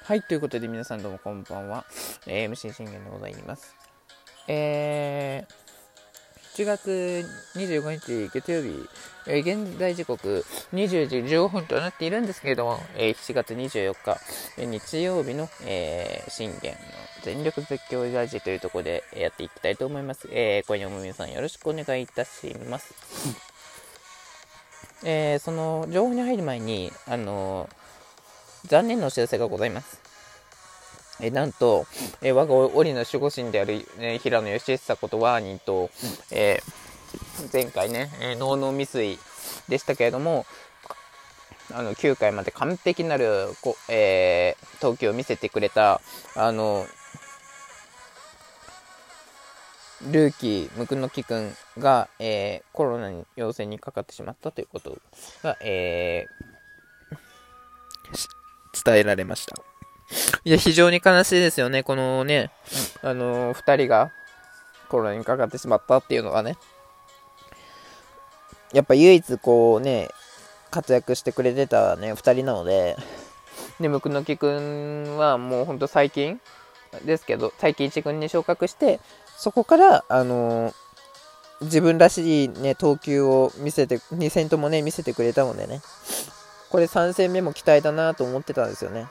はい、ということで皆さんどうもこんばんは。MC 信玄でございます。7月25日月曜日、現在時刻20時15分となっているんですけれども、7月24日、日曜日の、信玄の全力絶叫ラジというところでやっていきたいと思います。今夜も皆さんよろしくお願いいたします。その情報に入る前に、残念なお知らせがございます。なんと、我が折の守護神である、平野義久ことワーニーと、前回ね、ノーノー未遂でしたけれども、9回まで完璧なる投球を見せてくれたルーキームクノキ君が、コロナに陽性にかかってしまったということが、伝えられました。いや、非常に悲しいですよね。このね、2人がコロナにかかってしまったっていうのがね、やっぱ唯一こうね、活躍してくれてたね、2人なので、で、ムクノキ君はもうほんと最近ですけど、最近1軍に昇格して、そこから、自分らしいね、投球を見せて、2戦ともね、見せてくれたのでね、これ3戦目も期待だなと思ってたんですよね。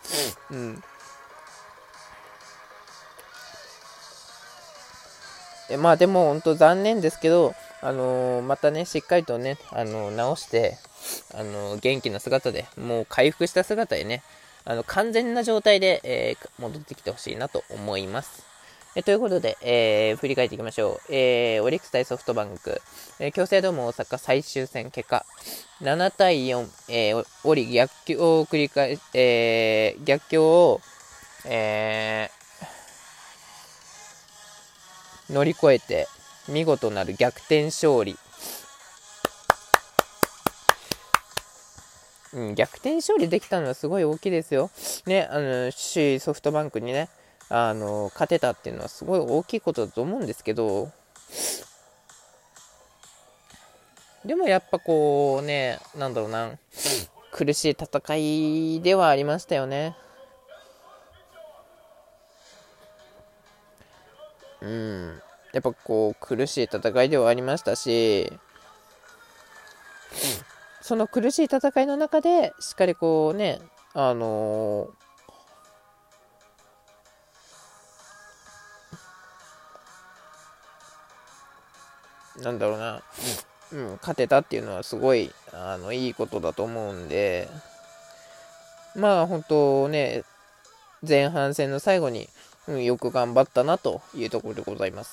まあでも本当残念ですけど、またねしっかりとね直して元気な姿でもう回復した姿でね完全な状態で、戻ってきてほしいなと思います。ということで、振り返っていきましょう。オリックス対ソフトバンク、京セラドーム大阪最終戦結果7対4、オリ逆境を繰り返逆境を、乗り越えて見事なる逆転勝利、逆転勝利できたのはすごい大きいですよね。首位ソフトバンクにね勝てたっていうのはすごい大きいことだと思うんですけど、でもやっぱこうねなんだろうな、苦しい戦いではありましたよね。やっぱこう苦しい戦いではありましたし、その苦しい戦いの中でしっかりこうねなんだろうな、勝てたっていうのはすごいいいことだと思うんで、まあ本当ね前半戦の最後に、よく頑張ったなというところでございます。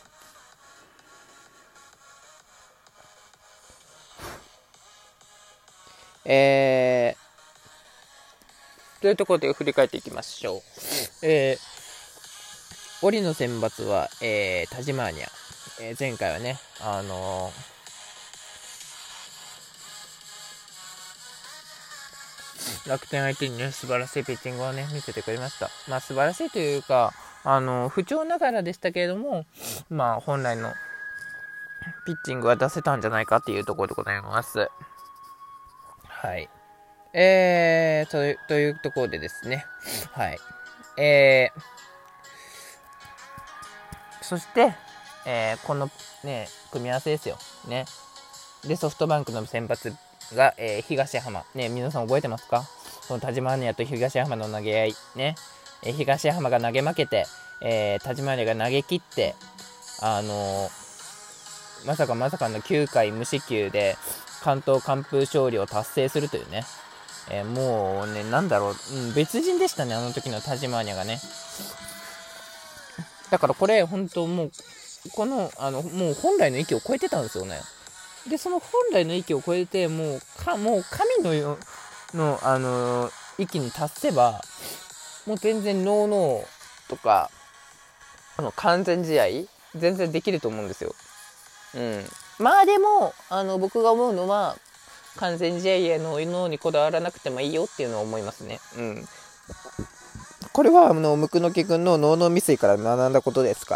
というところで振り返っていきましょう。折の選抜は、タジマーニャ、前回はね楽天相手にね素晴らしいピッチングをね見せてくれました。まあ素晴らしいというか不調ながらでしたけれども、まあ本来のピッチングは出せたんじゃないかっていうところでございます。はい。というところでですね、はい。そして、このね組み合わせですよね。でソフトバンクの先発が、東浜ね、皆さん覚えてますか？この田島アニヤと東浜の投げ合いね、東浜が投げ負けて、田島アニヤが投げ切って、まさかの9回無四球で完投完封勝利を達成するというね、もうねなんだろう、別人でしたね、あの時の田島アニヤがね。だからこれ本当もうこのもう本来の域を超えてたんですよね。でその本来の域を超えてもう神の域に達せばもう全然ノーノーとか完全試合全然できると思うんですよ。まあでも僕が思うのは完全試合へのノーにこだわらなくてもいいよっていうのを思いますね。これはムクノキ君のノーノー未遂から学んだことですから、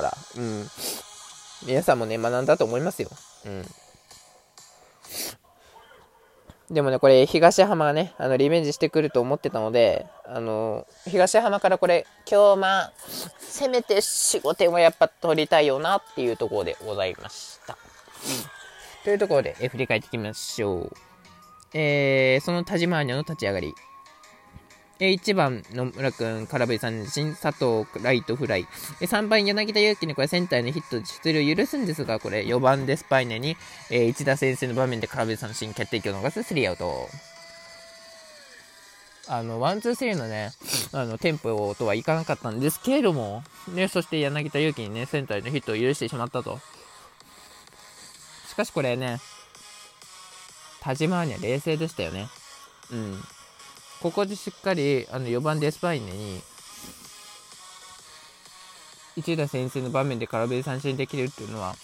皆さんもね学んだと思いますよ。 でもね、これ、東浜がね、リベンジしてくると思ってたので、東浜からこれ、今日せめて4、5点はやっぱ取りたいよなっていうところでございました。というところで、振り返っていきましょう。その田島アーニャの立ち上がり。1番野村君、空振り三振、佐藤ライトフライ。3番柳田悠岐にこれセンターへのヒットで出塁を許すんですが、これ4番デスパイネに、一打先制の場面で空振り三振、決定機を逃す3アウト。ワン、ツー、スリーのね、テンポとはいかなかったんですけれども、ね、そして柳田悠岐にね、センターへのヒットを許してしまったと。しかしこれね、田島アーニャ冷静でしたよね。ここでしっかり4番デスパイネに一打先制の場面で空振り三振できるっていうのは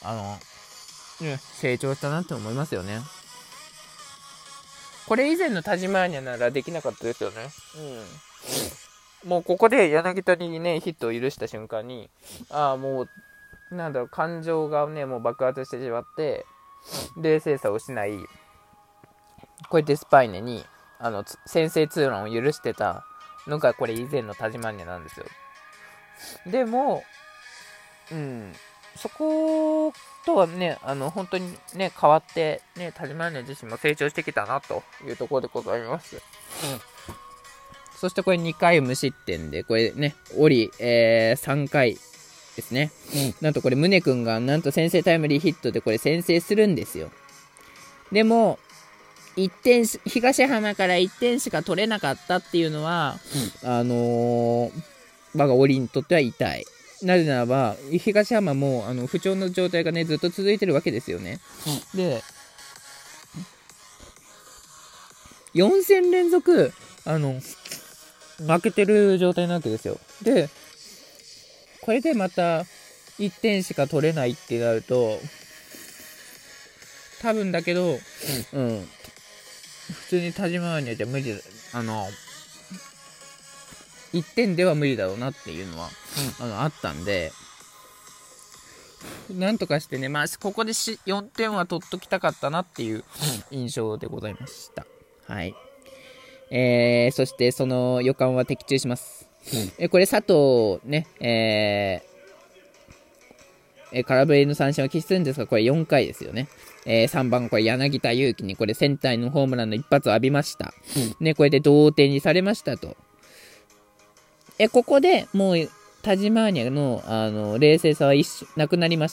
成長したなって思いますよね。これ以前の田島アーニャならできなかったですよね。もうここで柳田にねヒットを許した瞬間にもう感情がねもう爆発してしまって冷静さを失い、これデスパイネに先制ツーランを許してたのがこれ以前の田島アーニャなんですよ。でもそことはね本当にね変わってね田島アーニャ自身も成長してきたなというところでございます。そしてこれ2回無失点でこれねオリ、3回ですね、なんとこれ宗君がなんと先制タイムリーヒットでこれ先制するんですよ。でも1点東浜から1点しか取れなかったっていうのは、我がオリにとっては痛い。なぜならば東浜も不調の状態がねずっと続いてるわけですよね。で4戦連続負けてる状態なわけですよ。でこれでまた1点しか取れないってなると多分だけど普通に田島アーニャじゃ無理だ。1点では無理だろうなっていうのは、あったんで、なんとかしてね、ここで4点は取っときたかったなっていう印象でございました。はい。そしてその予感は的中します。これ佐藤ね、空振りの三振を喫するんですが、これ4回ですよね。3番これ柳田悠岐にこれセンターのホームランの一発を浴びました。ね、これで同点にされましたと。ここでもう田島アーニャの、冷静さはなくなりました。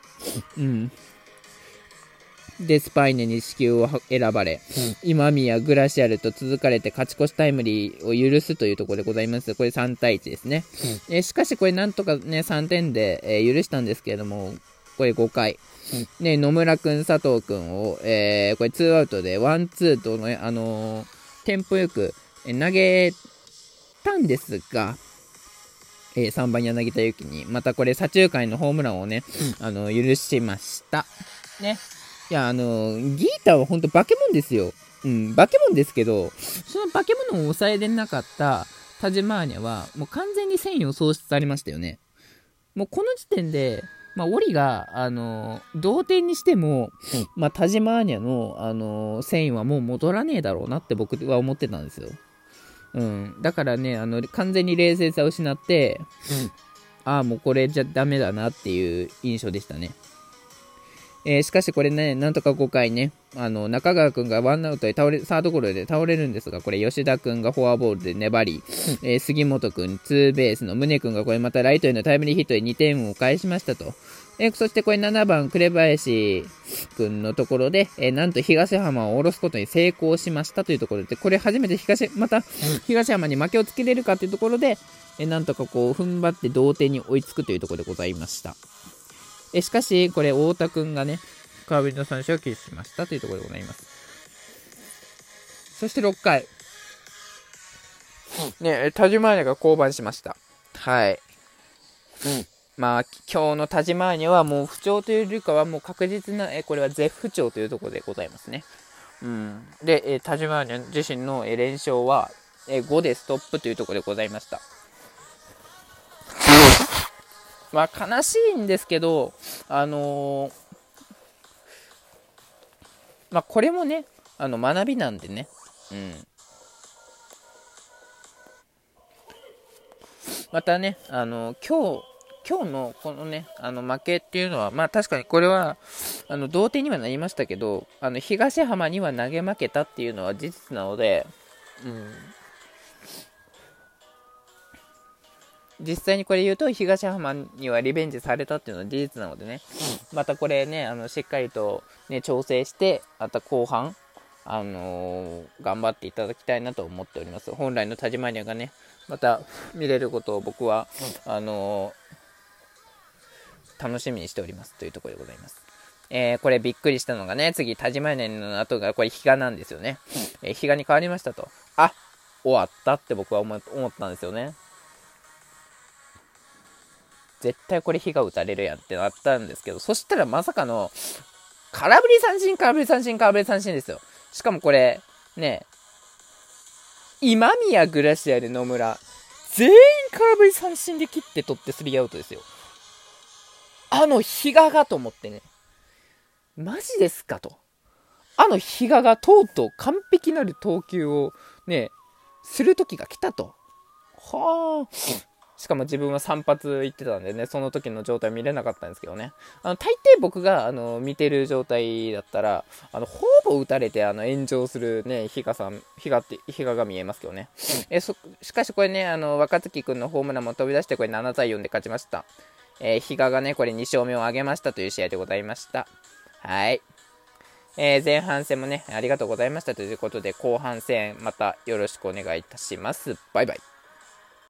でスパイネに四球を選ばれ、今宮グラシアルと続かれて勝ち越しタイムリーを許すというところでございます。これ3対1ですね。しかしこれなんとかね3点で、許したんですけれども、これ5回、ね、野村君佐藤君を、これ2アウトでワンツーとねテンポよく投げたんですが、3番柳田悠岐にまたこれ左中間のホームランをね、許しましたね。いやギータは本当化け物ですよ。化け物ですけど、その化け物を抑えれなかった田島アーニャはもう完全に戦意を喪失されましたよね。もうこの時点でオリが同点にしても、田島アーニャの戦意はもう戻らねえだろうなって僕は思ってたんですよ。だからね完全に冷静さを失って、もうこれじゃダメだなっていう印象でしたね。しかしこれねなんとか5回ね中川君がワンアウトでサードゴロで倒れるんですが、これ吉田君がフォアボールで粘り、杉本君ツーベースの宗君がこれまたライトへのタイムリーヒットで2点を返しましたと。そしてこれ7番紅林君のところで、なんと東浜を下ろすことに成功しましたというところで、これ初めて東浜に負けをつけれるかというところで、なんとかこう踏ん張って同点に追いつくというところでございました。しかしこれ太田君がね空振りの三振を喫しましたというところでございます。そして6回ね田島アーニャが降板しました。はい。今日の田島アーニャはもう不調というよりかはもう確実なこれは絶不調というところでございますね。で田島アーニャ自身の連勝は5でストップというところでございました。悲しいんですけどこれもね学びなんでね。またね、今日のこのね、負けっていうのは、まあ確かにこれは、同点にはなりましたけど、東浜には投げ負けたっていうのは事実なので、実際にこれ言うと、東浜にはリベンジされたっていうのは事実なのでね、またこれね、しっかりとね、調整して、また後半、頑張っていただきたいなと思っております。本来のタジマニアがね、また見れることを僕は、楽しみにしておりますというところでございます。これびっくりしたのがね、次、タジマニアの後がこれ比嘉なんですよね。比嘉に変わりましたと。あ、終わったって僕は思ったんですよね。絶対これ比嘉打たれるやんってなったんですけど、そしたらまさかの、空振り三振ですよ。しかもこれ、ね、今宮、グラシアル、野村、全員空振り三振で切って取ってスリーアウトですよ。比嘉がと思ってね。マジですかと。比嘉がとうとう完璧なる投球をね、する時が来たと。はあ。しかも自分は3発行ってたんでね、その時の状態見れなかったんですけどね。大抵僕が、見てる状態だったら、ほぼ打たれて、炎上するね、比嘉が見えますけどね。しかしこれね、若月くんのホームランも飛び出して、これ7対4で勝ちました。比嘉がね、これ2勝目を挙げましたという試合でございました。はい。前半戦もね、ありがとうございましたということで、後半戦またよろしくお願いいたします。バイバイ。